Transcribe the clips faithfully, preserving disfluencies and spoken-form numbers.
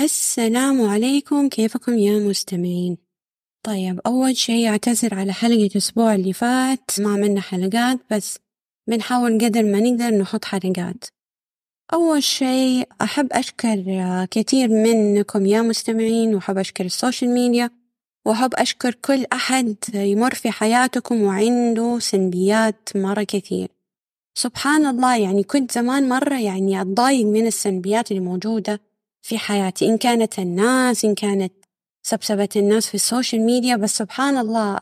السلام عليكم، كيفكم يا مستمعين؟ طيب، أول شيء أعتذر على حلقة الأسبوع اللي فات، ما عملنا حلقات بس بنحاول قدر ما نقدر نحط حلقات. أول شيء أحب أشكر كثير منكم يا مستمعين، وأحب أشكر السوشيال ميديا، وأحب أشكر كل أحد يمر في حياتكم وعنده سلبيات مرة كثير. سبحان الله، يعني كنت زمان مرة يعني أتضايق من السلبيات اللي موجودة في حياتي، إن كانت الناس، إن كانت سبسبة الناس في السوشيال ميديا، بس سبحان الله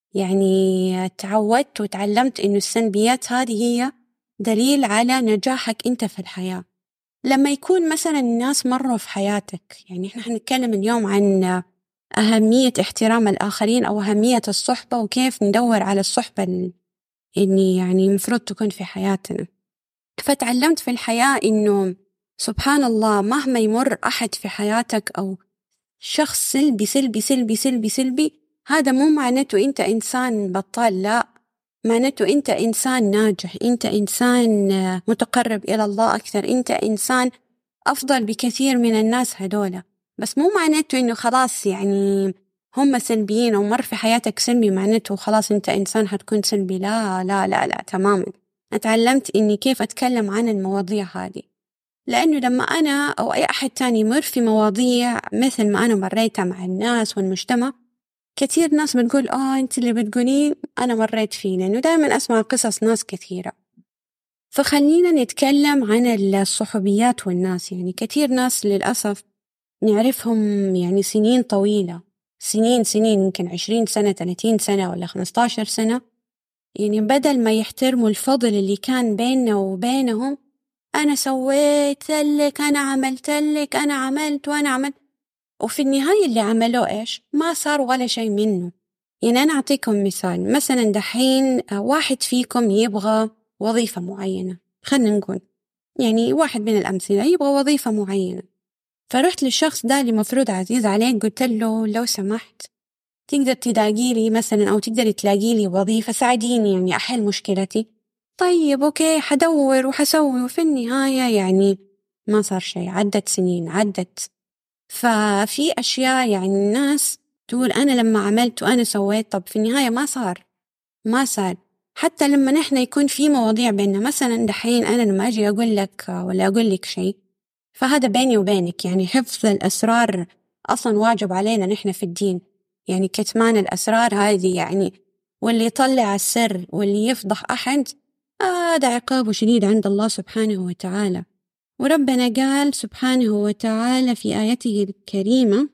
يعني تعودت وتعلمت إنه السلبيات هذه هي دليل على نجاحك أنت في الحياة. لما يكون مثلا الناس مروا في حياتك، يعني إحنا حنتكلم اليوم عن أهمية احترام الآخرين أو أهمية الصحبة، وكيف ندور على الصحبة اللي يعني مفروض تكون في حياتنا. فتعلمت في الحياة إنه سبحان الله، مهما يمر أحد في حياتك أو شخص سلبي سلبي سلبي سلبي سلبي، هذا مو معناته أنت إنسان بطال، لا، معناته أنت إنسان ناجح، أنت إنسان متقرب إلى الله أكثر، أنت إنسان أفضل بكثير من الناس هدولا. بس مو معناته إنه خلاص يعني هم سلبيين أو مر في حياتك سلبي معناته خلاص أنت إنسان هتكون سلبي، لا لا لا لا تماما. أتعلمت إني كيف أتكلم عن المواضيع هذه، لأنه لما أنا أو أي أحد تاني يمر في مواضيع مثل ما أنا مريتها مع الناس والمجتمع، كثير ناس بتقول آه أنت اللي بتقولين أنا مريت فيه، لأنه دائما أسمع قصص ناس كثيرة. فخلينا نتكلم عن الصحوبيات والناس. يعني كثير ناس للأسف نعرفهم يعني سنين طويلة، سنين سنين يمكن عشرين سنة، ثلاثين سنة، ولا خمسة عشر سنة، يعني بدل ما يحترموا الفضل اللي كان بيننا وبينهم، أنا سويت لك، أنا عملت لك، أنا عملت وأنا عملت، وفي النهاية اللي عملوه إيش؟ ما صار ولا شيء منه. يعني أنا أعطيكم مثال، مثلا دحين واحد فيكم يبغى وظيفة معينة، خلنا نقول يعني واحد من الأمثلة يبغى وظيفة معينة، فرحت للشخص ده اللي مفروض عزيز عليك، قلت له لو سمحت تقدر تلاقي لي مثلا أو تقدر تلاقي لي وظيفة، ساعديني يعني أحل مشكلتي. طيب أوكي، حدور وحسوي، وفي النهاية يعني ما صار شيء، عدت سنين عدت. ففي أشياء يعني الناس تقول أنا لما عملت وأنا سويت، طب في النهاية ما صار ما صار. حتى لما نحن يكون في مواضيع بيننا، مثلا دحين أنا لما أجي أقول لك ولا أقول لك شيء، فهذا بيني وبينك، يعني حفظ الأسرار أصلا واجب علينا نحن في الدين، يعني كتمان الأسرار هذه يعني، واللي يطلع السر واللي يفضح أحد هذا آه عقابه شديد عند الله سبحانه وتعالى. وربنا قال سبحانه وتعالى في آيته الكريمة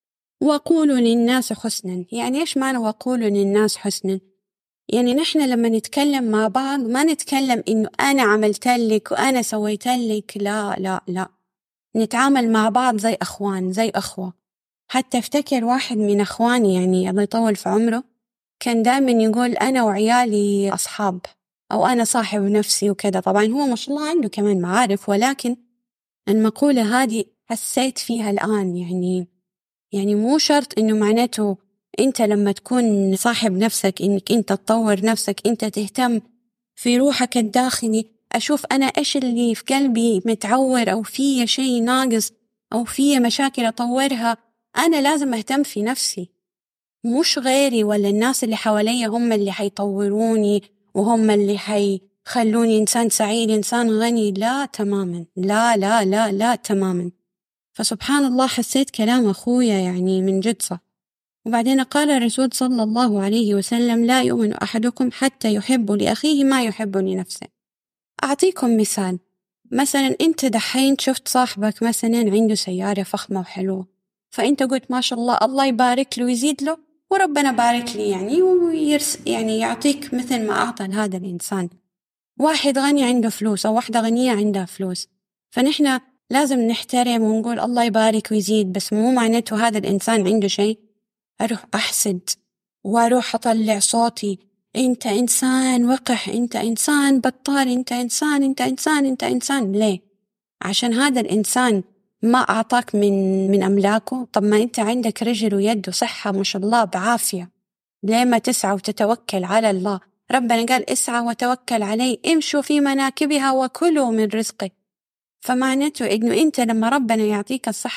وقولوا للناس حسنا. يعني إيش معنى وقولوا للناس حسنا؟ يعني نحن لما نتكلم مع بعض ما نتكلم إنه أنا عملت لك وأنا سويت لك، لا لا لا، نتعامل مع بعض زي أخوان، زي أخوة. حتى افتكر واحد من أخواني يعني الله يطول في عمره، كان دائما يقول أنا وعيالي أصحاب، أو أنا صاحب نفسي وكذا. طبعا هو ما شاء الله عنده كمان معارف، ولكن المقولة هذه حسيت فيها الآن، يعني يعني مو شرط إنه معناته أنت لما تكون صاحب نفسك إنك أنت تطور نفسك، أنت تهتم في روحك الداخلي، أشوف أنا إيش اللي في قلبي متعور أو فيه شيء ناقص أو فيه مشاكل أطورها، أنا لازم أهتم في نفسي، مش غيري ولا الناس اللي حواليا هم اللي حيطوروني وهم اللي حيخلوني إنسان سعيد، إنسان غني. لا تماما، لا لا لا لا تماما. فسبحان الله، حسيت كلام أخويا يعني من جد صح. وبعدين قال الرسول صلى الله عليه وسلم لا يؤمن أحدكم حتى يحب لأخيه ما يحب لنفسه. أعطيكم مثال، مثلا أنت دحين شفت صاحبك مثلا عنده سيارة فخمة وحلوة، فأنت قلت ما شاء الله الله يبارك له ويزيد له وربنا بارك لي، يعني ويرس يعني يعطيك مثل ما أعطى هذا الإنسان. واحد غني عنده فلوس أو واحدة غنية عندها فلوس، فنحن لازم نحترم ونقول الله يبارك ويزيد، بس مو معناته هذا الإنسان عنده شيء أروح أحسد وأروح أطلع صوتي أنت إنسان وقح، أنت إنسان بطال، أنت إنسان أنت إنسان أنت إنسان. ليه؟ عشان هذا الإنسان ما أعطاك من من أملاكه؟ طب ما أنت عندك رجل ويد وصحة ما شاء الله بعافية، ليه ما تسعى وتتوكل على الله؟ ربنا قال اسعى وتوكل عليه، امشوا في مناكبها وكلوا من رزقه. فمعناته إنه أنت لما ربنا يعطيك الصحة، طب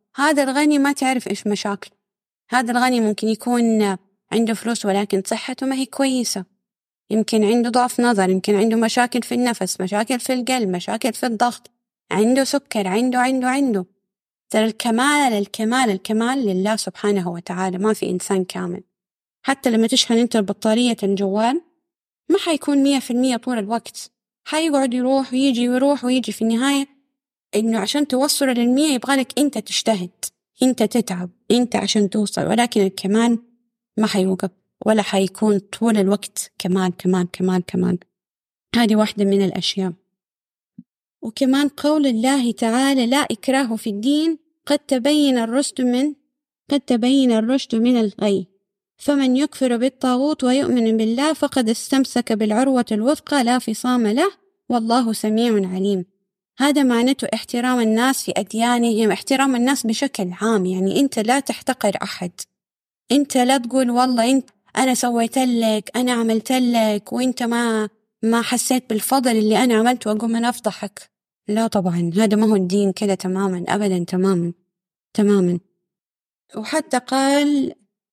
هذا الغني ما تعرف إيش مشاكل. هذا الغني ممكن يكون عنده فلوس ولكن صحته ما هي كويسة، يمكن عنده ضعف نظر، يمكن عنده مشاكل في النفس، مشاكل في القلب، مشاكل في الضغط، عنده سكر، عنده عنده عنده ترى الكمال الكمال الكمال لله سبحانه وتعالى، ما في إنسان كامل. حتى لما تشحن أنت البطارية الجوال ما حيكون مية في المية طول الوقت، حيقعد يروح ويجي ويروح ويجي. في النهاية إنه عشان توصل للمية يبغالك أنت تجتهد، أنت تتعب، أنت عشان توصل، ولكن الكمال ما حيوقف ولا حيكون طول الوقت كمال كمال كمال كمال. هذه واحدة من الأشياء. وكمان قول الله تعالى لا إكراه في الدين قد تبين الرشد من قد تبين الرشد من الغي، فمن يكفر بالطاغوت ويؤمن بالله فقد استمسك بالعروة الوثقى لا فصام له والله سميع عليم. هذا معناته احترام الناس في أديانهم، احترام الناس بشكل عام. يعني أنت لا تحتقر أحد، أنت لا تقول والله أنت أنا سويت لك، أنا عملت لك، وأنت ما ما حسيت بالفضل اللي أنا عملته وأقوم أنا أفضحك. لا طبعا، هذا ما هو الدين كده تماما، أبدا، تماما تماما. وحتى قال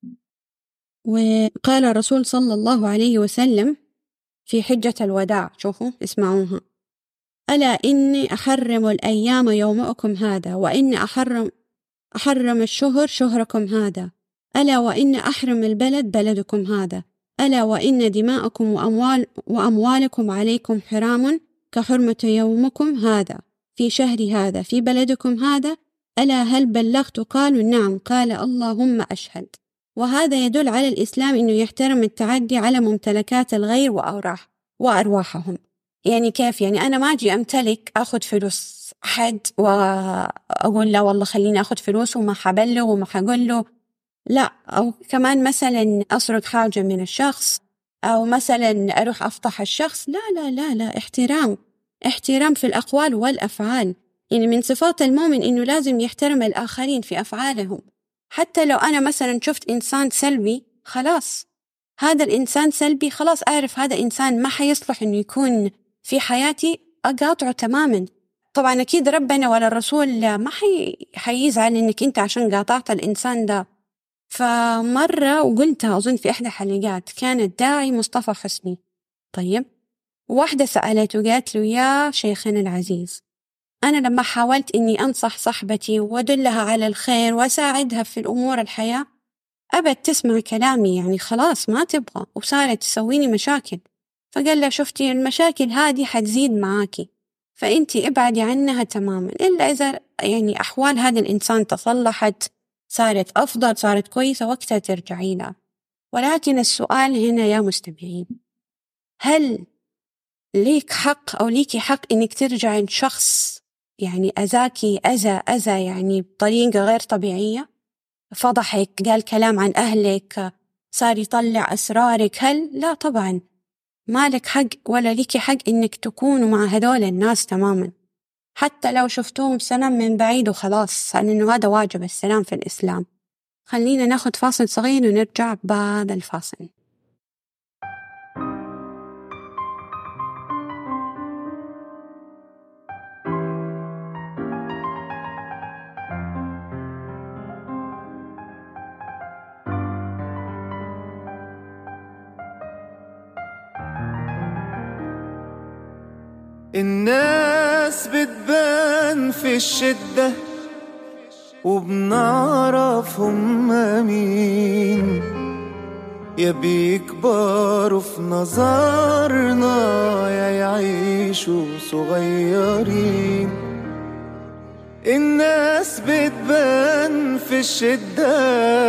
وقال الرسول صلى الله عليه وسلم في حجة الوداع، شوفوا اسمعوها: ألا إني أحرم الأيام يومكم هذا، وإن أحرم أحرم الشهر شهركم هذا، ألا وإن أحرم البلد بلدكم هذا، ألا وإن دماءكم وأموال وأموالكم عليكم حرام كحرمة يومكم هذا في شهر هذا في بلدكم هذا، ألا هل بلغت؟ قالوا نعم. قال اللهم أشهد. وهذا يدل على الإسلام إنه يحترم التعدي على ممتلكات الغير وأرواح وأرواحهم. يعني كيف؟ يعني أنا ما أجي أمتلك أخذ فلوس أحد وأقول لا والله خليني أخذ فلوس وما حبلغ وما حقول له لا. أو كمان مثلا أسرق حاجة من الشخص، أو مثلا أروح أفضح الشخص. لا لا لا لا، احترام، احترام في الأقوال والأفعال. يعني من صفات المؤمن إنه لازم يحترم الآخرين في أفعالهم. حتى لو أنا مثلا شفت إنسان سلبي، خلاص هذا الإنسان سلبي، خلاص أعرف هذا إنسان ما حيصلح إنه يكون في حياتي، أقاطعه تماما. طبعا أكيد ربنا ولا الرسول ما حي... حيزعل إنك أنت عشان قاطعت الإنسان ده. فمرة وقلتها أظن في إحدى حلقات، كان الداعي مصطفى حسني. طيب واحدة سألته قالت له يا شيخنا العزيز، أنا لما حاولت إني أنصح صاحبتي وأدلها على الخير وأساعدها في الأمور الحياة أبد تسمع كلامي، يعني خلاص ما تبغى وصارت تسويني مشاكل. فقال لها شفتي المشاكل هذه حتزيد معاكي، فأنتي ابعدي عنها تماما، إلا إذا يعني أحوال هذا الإنسان تصلحت، صارت أفضل، صارت كويسة، وقتها ترجعي لها. ولكن السؤال هنا يا مستمعين، هل ليك حق أو ليكي حق إنك ترجع لشخص يعني أذاكي أذى أذى يعني بطريقة غير طبيعية، فضحك، قال كلام عن أهلك، صار يطلع أسرارك؟ هل؟ لا طبعا، مالك حق ولا ليكي حق إنك تكونوا مع هدول الناس تماما، حتى لو شفتوهم سلام من بعيد وخلاص، لأنه هذا واجب السلام في الإسلام. خلينا ناخد فاصل صغير ونرجع بعد الفاصل. الناس بتبان في الشدة وبنعرفهم مين، يا بيكبروا في نظرنا يا يعيشوا صغيرين. الناس بتبان في الشدة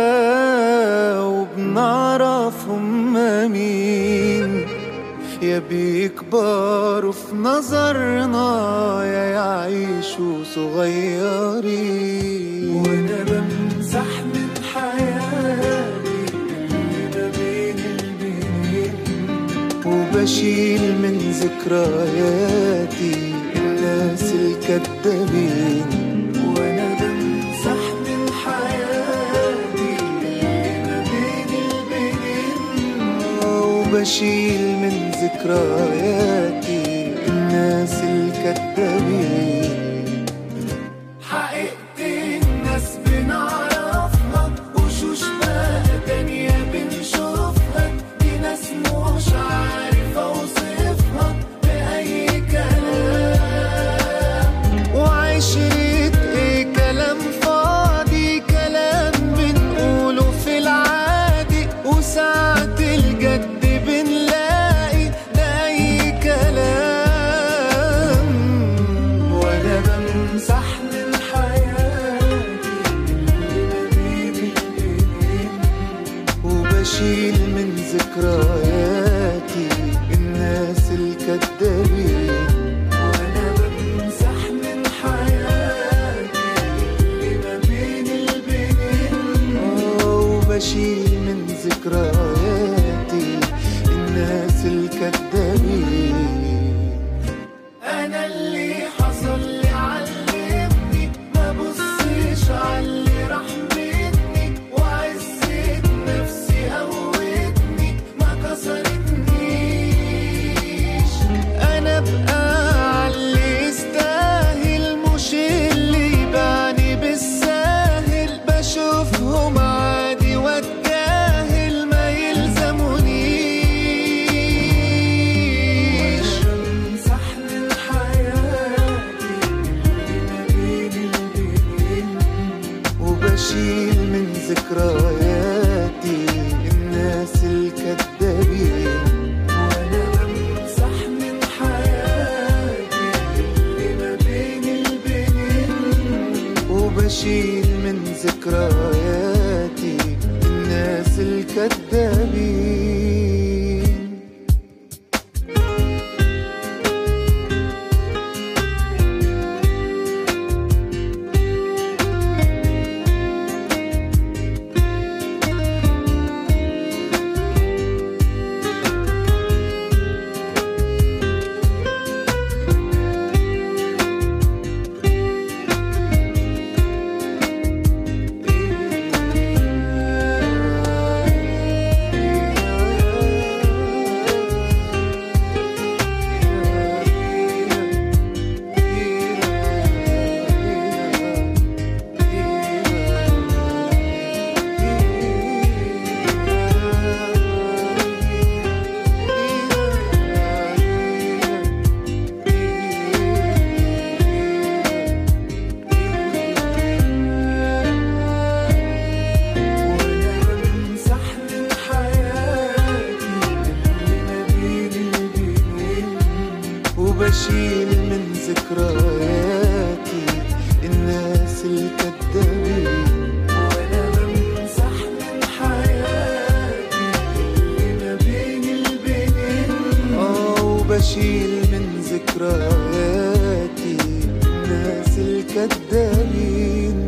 وبنعرفهم مين، يا بيكبروا في نظرنا يا يعيشوا صغيرين. وانا بمسح من حياتي اللي ما بين البنين، وبشيل من ذكرياتي الناس الكدابين. وانا بمسح من حياتي اللي ما بين البنين، وبشيل من ذكرياتي الناس الكدابين. حقيقتي الناس وبشيل من ذكرياتي الناس الكذابين. وبشيل من ذكرياتي الناس الكذابين. وانا بمسح من حياتي اللي ما بين البنين. اه وبشيل من ذكرياتي الناس الكذابين.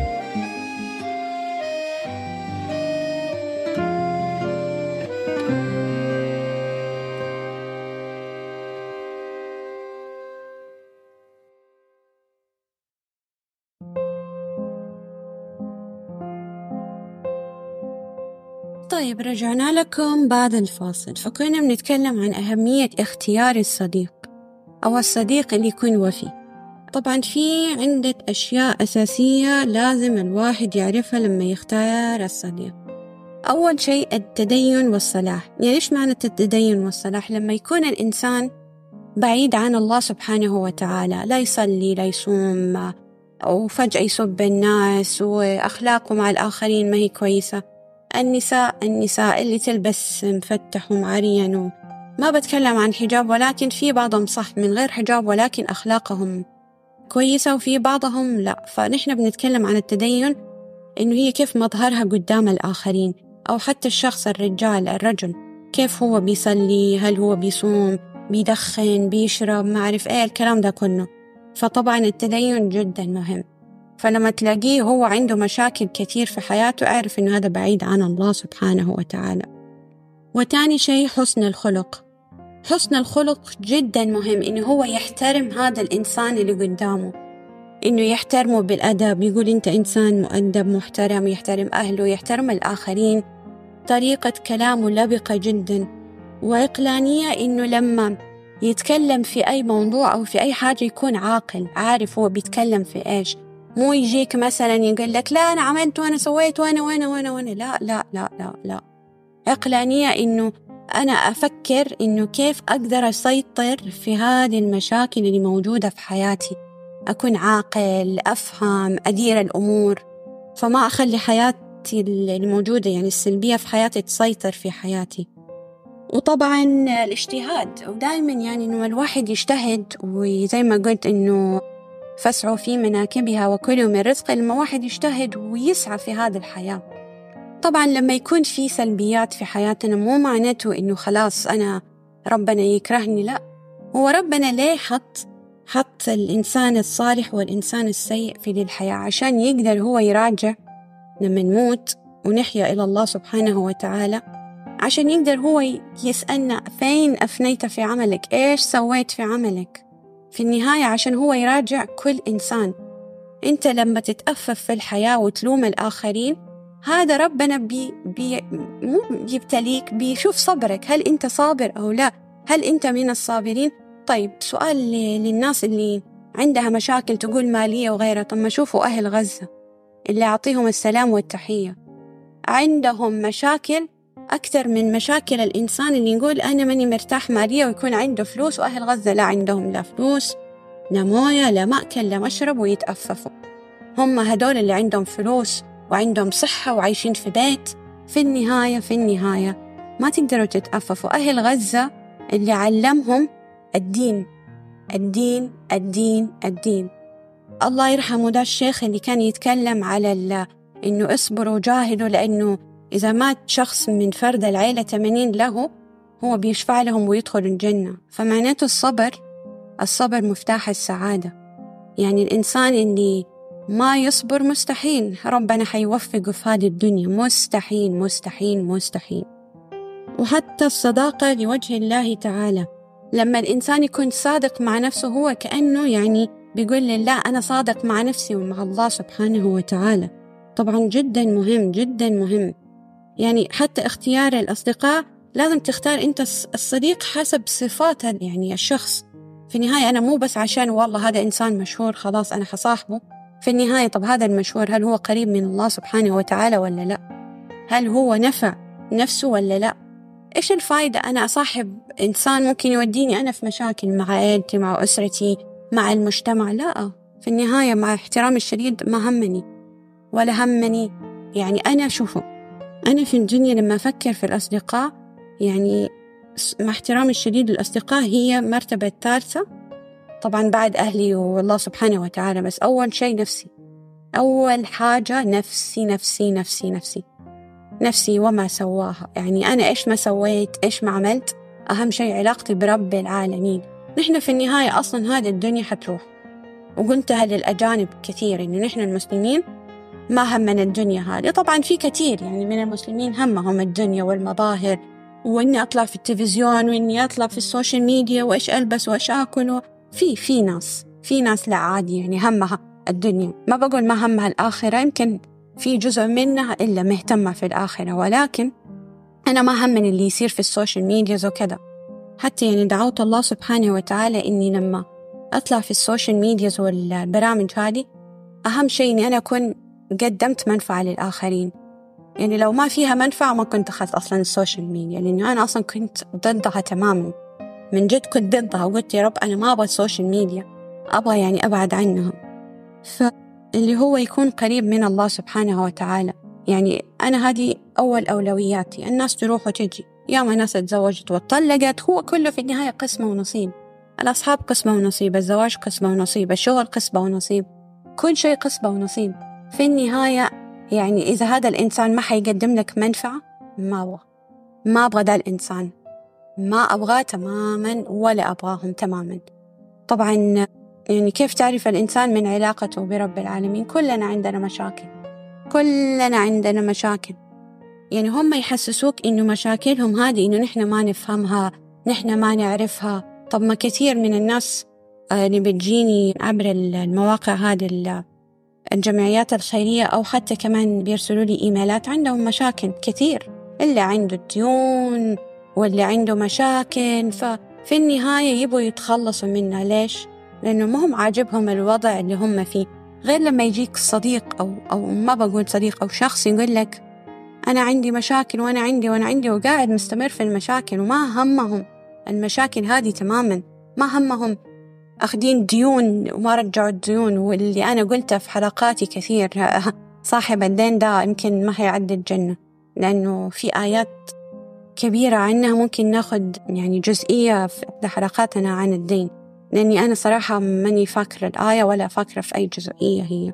طيب رجعنا لكم بعد الفاصل. فكنا بنتكلم عن أهمية اختيار الصديق أو الصديق اللي يكون وفي. طبعا في عدة أشياء أساسية لازم الواحد يعرفها لما يختار الصديق. أول شيء التدين والصلاح. يعني إيش معنى التدين والصلاح؟ لما يكون الإنسان بعيد عن الله سبحانه وتعالى، لا يصلي لا يصوم أو فجأة يسب الناس وأخلاقه مع الآخرين ما هي كويسة. النساء النساء اللي تلبس مفتح ومعريا، ما بتكلم عن حجاب، ولكن في بعضهم صح من غير حجاب ولكن أخلاقهم كويسة وفي بعضهم لا. فنحن بنتكلم عن التدين إنه هي كيف مظهرها قدام الآخرين، أو حتى الشخص الرجال الرجل كيف هو بيصلي، هل هو بيصوم بيدخن بيشرب ما أعرف إيه الكلام ده كله. فطبعا التدين جدا مهم. فلما تلاقيه هو عنده مشاكل كثير في حياته اعرف إنه هذا بعيد عن الله سبحانه وتعالى. وتاني شيء حسن الخلق. حسن الخلق جدا مهم، إنه هو يحترم هذا الإنسان اللي قدامه، إنه يحترمه بالأدب، يقول أنت إنسان مؤدب محترم، يحترم أهله يحترم الآخرين، طريقة كلامه لبقة جدا وعقلانية، إنه لما يتكلم في أي موضوع أو في أي حاجة يكون عاقل عارف هو بيتكلم في إيش. مو يجيك مثلا يقول لك لا أنا عملت وأنا سويت وأنا وأنا وأنا وأنا لا لا لا لا لا. عقلانية إنه أنا أفكر إنه كيف أقدر أسيطر في هذه المشاكل اللي موجودة في حياتي، أكون عاقل أفهم أدير الأمور، فما أخلي حياتي الموجودة يعني السلبية في حياتي تسيطر في حياتي. وطبعا الاجتهاد، ودائما يعني إنه الواحد يجتهد، وزي ما قلت إنه فاسعوا في مناكبها وكلوا من رزق. لما واحد يجتهد ويسعى في هذه الحياة. طبعا لما يكون في سلبيات في حياتنا مو معناته إنه خلاص أنا ربنا يكرهني، لا، هو ربنا ليه حط حط الإنسان الصالح والإنسان السيء في دي الحياة عشان يقدر هو يراجع لما نموت ونحيا إلى الله سبحانه وتعالى، عشان يقدر هو يسألنا فين أفنيت في عملك، إيش سويت في عملك في النهاية، عشان هو يراجع كل إنسان. أنت لما تتأفف في الحياة وتلوم الآخرين، هذا ربنا بي بي مو يبتليك، بيشوف صبرك، هل أنت صابر أو لا، هل أنت من الصابرين. طيب سؤال للناس اللي عندها مشاكل تقول مالية وغيرها، طب ما شوفوا أهل غزة اللي أعطيهم السلام والتحية، عندهم مشاكل أكثر من مشاكل الإنسان اللي يقول أنا ماني مرتاح مالية ويكون عنده فلوس، وأهل غزة لا عندهم لا فلوس لا موية لا مأكل لا مشرب ويتأففوا. هم هدول اللي عندهم فلوس وعندهم صحة وعايشين في بيت. في النهاية في النهاية ما تقدروا تتأففوا. أهل غزة اللي علمهم الدين الدين الدين الدين. الله يرحمه ده الشيخ اللي كان يتكلم على ال... إنه اصبروا وجاهدوا، لأنه إذا مات شخص من فرد العيلة ثمانين له هو بيشفع لهم ويدخل الجنة. فمعناته الصبر، الصبر مفتاح السعادة. يعني الإنسان اللي ما يصبر مستحيل ربنا حيوفقه في هذه الدنيا، مستحيل مستحيل مستحيل. وحتى الصداقة لوجه الله تعالى، لما الإنسان يكون صادق مع نفسه هو كأنه يعني بيقول لله أنا صادق مع نفسي ومع الله سبحانه وتعالى. طبعا جدا مهم جدا مهم. يعني حتى اختيار الأصدقاء لازم تختار أنت الصديق حسب صفات يعني الشخص. في النهاية أنا مو بس عشان والله هذا إنسان مشهور خلاص أنا حصاحبه. في النهاية طب هذا المشهور هل هو قريب من الله سبحانه وتعالى ولا لا؟ هل هو نفع نفسه ولا لا؟ إيش الفائدة أنا أصاحب إنسان ممكن يوديني أنا في مشاكل مع عائلتي، مع أسرتي، مع المجتمع؟ لا، في النهاية مع احترام الشديد ما همني ولا همني. يعني أنا شوفوا، أنا في الدنيا لما أفكر في الأصدقاء، يعني مع احترام الشديد الأصدقاء هي مرتبة ثالثة طبعا بعد أهلي والله سبحانه وتعالى، بس أول شيء نفسي، أول حاجة نفسي نفسي نفسي نفسي نفسي وما سواها. يعني أنا إيش ما سويت، إيش ما عملت، أهم شيء علاقتي برب العالمين. نحن في النهاية أصلا هذه الدنيا حتروح، وقلتها للأجانب كثير إنه نحن المسلمين ما همنا الدنيا هذه. طبعا في كثير يعني من المسلمين همهم الدنيا والمظاهر، وإني أطلع في التلفزيون، وإني أطلع في السوشيال ميديا، وإيش ألبس وإيش أكل. في في ناس في ناس لا عادي يعني همها الدنيا. ما بقول ما همها الآخرة، يمكن في جزء منها إلا مهتمة في الآخرة، ولكن أنا ما همني اللي يصير في السوشيال ميديا وكذا. حتى يعني دعوت الله سبحانه وتعالى إني لما أطلع في السوشيال ميديا والبرامج هذه أهم شيء إني أنا أكون قدمت منفعة للآخرين. يعني لو ما فيها منفعة ما كنت أخذت أصلا السوشيال ميديا، لأنه أنا أصلا كنت ضدها تماما، من جد كنت ضدها، وقلت يا رب أنا ما أبغى السوشيال ميديا، أبغى يعني أبعد عنها. فاللي هو يكون قريب من الله سبحانه وتعالى. يعني أنا هذه أول أولوياتي. الناس تروح وتجي، ياما ناس تزوجت وطلقت، هو كله في النهاية قسمة ونصيب. الأصحاب قسمة ونصيب، الزواج قسمة ونصيب، الشغل قسمة ونصيب، كل شيء قسمة ونصيب. في النهاية يعني إذا هذا الإنسان ما حيقدم لك منفعة ما أبغى ما أبغى ذا الإنسان، ما أبغاه تماما ولا أبغاهم تماما. طبعا يعني كيف تعرف الإنسان من علاقته برب العالمين؟ كلنا عندنا مشاكل، كلنا عندنا مشاكل. يعني هم يحسسوك إنه مشاكلهم هذه إنه نحن ما نفهمها، نحن ما نعرفها. طب ما كثير من الناس اللي بتجيني عبر المواقع هذه الجمعيات الخيرية أو حتى كمان بيرسلوا لي إيميلات عندهم مشاكل كثير، اللي عنده ديون واللي عنده مشاكل. ففي النهاية يبوا يتخلصوا منها. ليش؟ لأنه ما هم عاجبهم الوضع اللي هم فيه. غير لما يجيك صديق أو أو ما بقول صديق أو شخص يقول لك أنا عندي مشاكل وأنا عندي وأنا عندي وقاعد مستمر في المشاكل وما همهم المشاكل هذه تماما، ما همهم أخدين ديون وما رجعوا الديون. واللي أنا قلته في حلقاتي كثير، صاحب الدين ده يمكن ما هيعدي الجنة، لأنه في آيات كبيرة عنها ممكن ناخد يعني جزئية في حلقاتنا عن الدين، لأني أنا صراحة ماني فاكرة الآية ولا فاكرة في أي جزئية هي.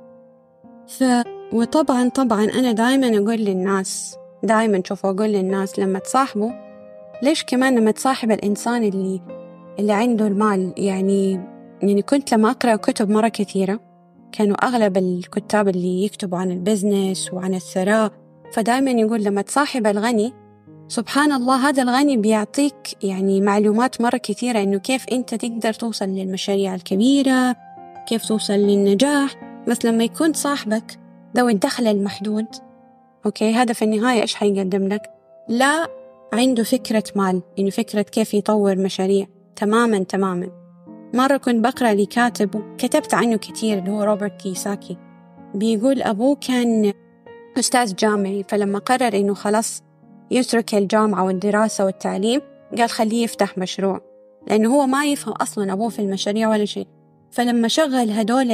ف وطبعا طبعا أنا دائما أقول للناس، دائما شوفوا أقول للناس لما تصاحبوا، ليش كمان لما تصاحب الإنسان اللي اللي عنده المال. يعني يعني كنت لما أقرأ كتب مرة كثيرة كانوا أغلب الكتاب اللي يكتبوا عن البزنس وعن الثراء، فدائما يقول لما تصاحب الغني سبحان الله هذا الغني بيعطيك يعني معلومات مرة كثيرة إنه كيف أنت تقدر توصل للمشاريع الكبيرة، كيف توصل للنجاح. بس لما يكون صاحبك ذو الدخل المحدود، أوكي، هذا في النهاية إيش حيقدم لك؟ لا عنده فكرة مال، إنه فكرة كيف يطور مشاريع. تماما تماما. مرة كنت بقرأ لكاتب كتبت عنه كثير اللي هو روبرت كيساكي، بيقول أبوه كان أستاذ جامعي، فلما قرر إنه خلاص يترك الجامعة والدراسة والتعليم قال خليه يفتح مشروع، لأنه هو ما يفهم أصلا أبوه في المشاريع ولا شيء. فلما شغل هدول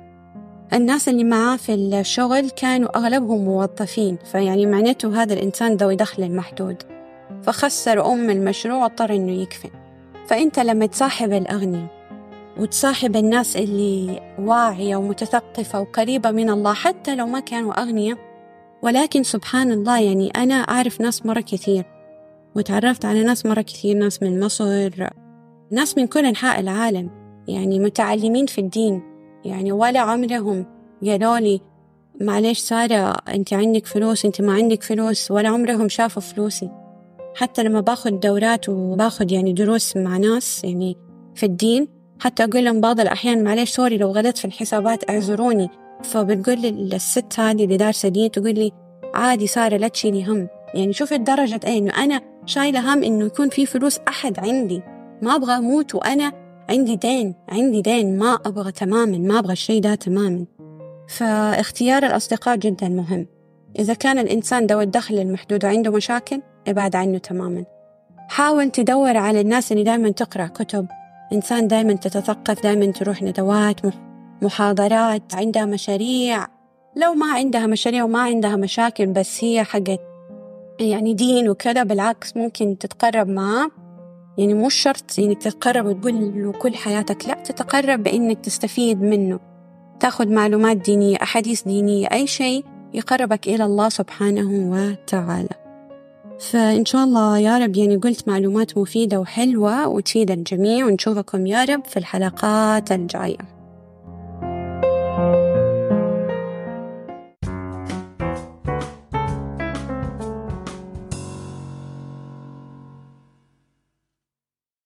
الناس اللي معاه في الشغل كانوا أغلبهم موظفين، فيعني معناته هذا الإنسان ذوي دخل المحدود، فخسر أم المشروع واضطر إنه يكفي. فأنت لما تصاحب الأغنياء وتصاحب الناس اللي واعية ومتثقفة وقريبة من الله حتى لو ما كانوا أغنياء. ولكن سبحان الله يعني أنا أعرف ناس مرة كثير وتعرفت على ناس مرة كثير، ناس من مصر، ناس من كل أنحاء العالم، يعني متعلمين في الدين، يعني ولا عمرهم قالوا لي معلش سارة أنت عندك فلوس أنت ما عندك فلوس، ولا عمرهم شافوا فلوسي. حتى لما باخد دورات وباخد يعني دروس مع ناس يعني في الدين، حتى أقول لهم بعض الأحيان معلش سوري لو غلطت في الحسابات أعذروني، فبتقول لي الست هذه اللي دارسة دين تقول لي عادي سارة لا تشيلي هم. يعني شوف الدرجة إيه إنه أنا شايلة هم إنه يكون في فلوس أحد عندي، ما أبغى أموت وأنا عندي دين، عندي دين ما أبغى تماما، ما أبغى الشيء ده تماما. فاختيار الأصدقاء جدا مهم. إذا كان الإنسان ذو الدخل المحدود وعنده مشاكل ابعد عنه تماما. حاول تدور على الناس اللي دائما تقرأ كتب، إنسان دائما تتثقف، دائما تروح ندوات محاضرات، عندها مشاريع، لو ما عندها مشاريع وما عندها مشاكل بس هي حقت يعني دين وكذا، بالعكس ممكن تتقرب معاه. يعني مش شرط إنك تتقرب وتقول له كل حياتك، لا، تتقرب بإنك تستفيد منه، تأخذ معلومات دينية، أحاديث دينية، أي شيء يقربك إلى الله سبحانه وتعالى. فإن شاء الله يا رب يعني قلت معلومات مفيدة وحلوة وتفيد الجميع، ونشوفكم يا رب في الحلقات الجاية.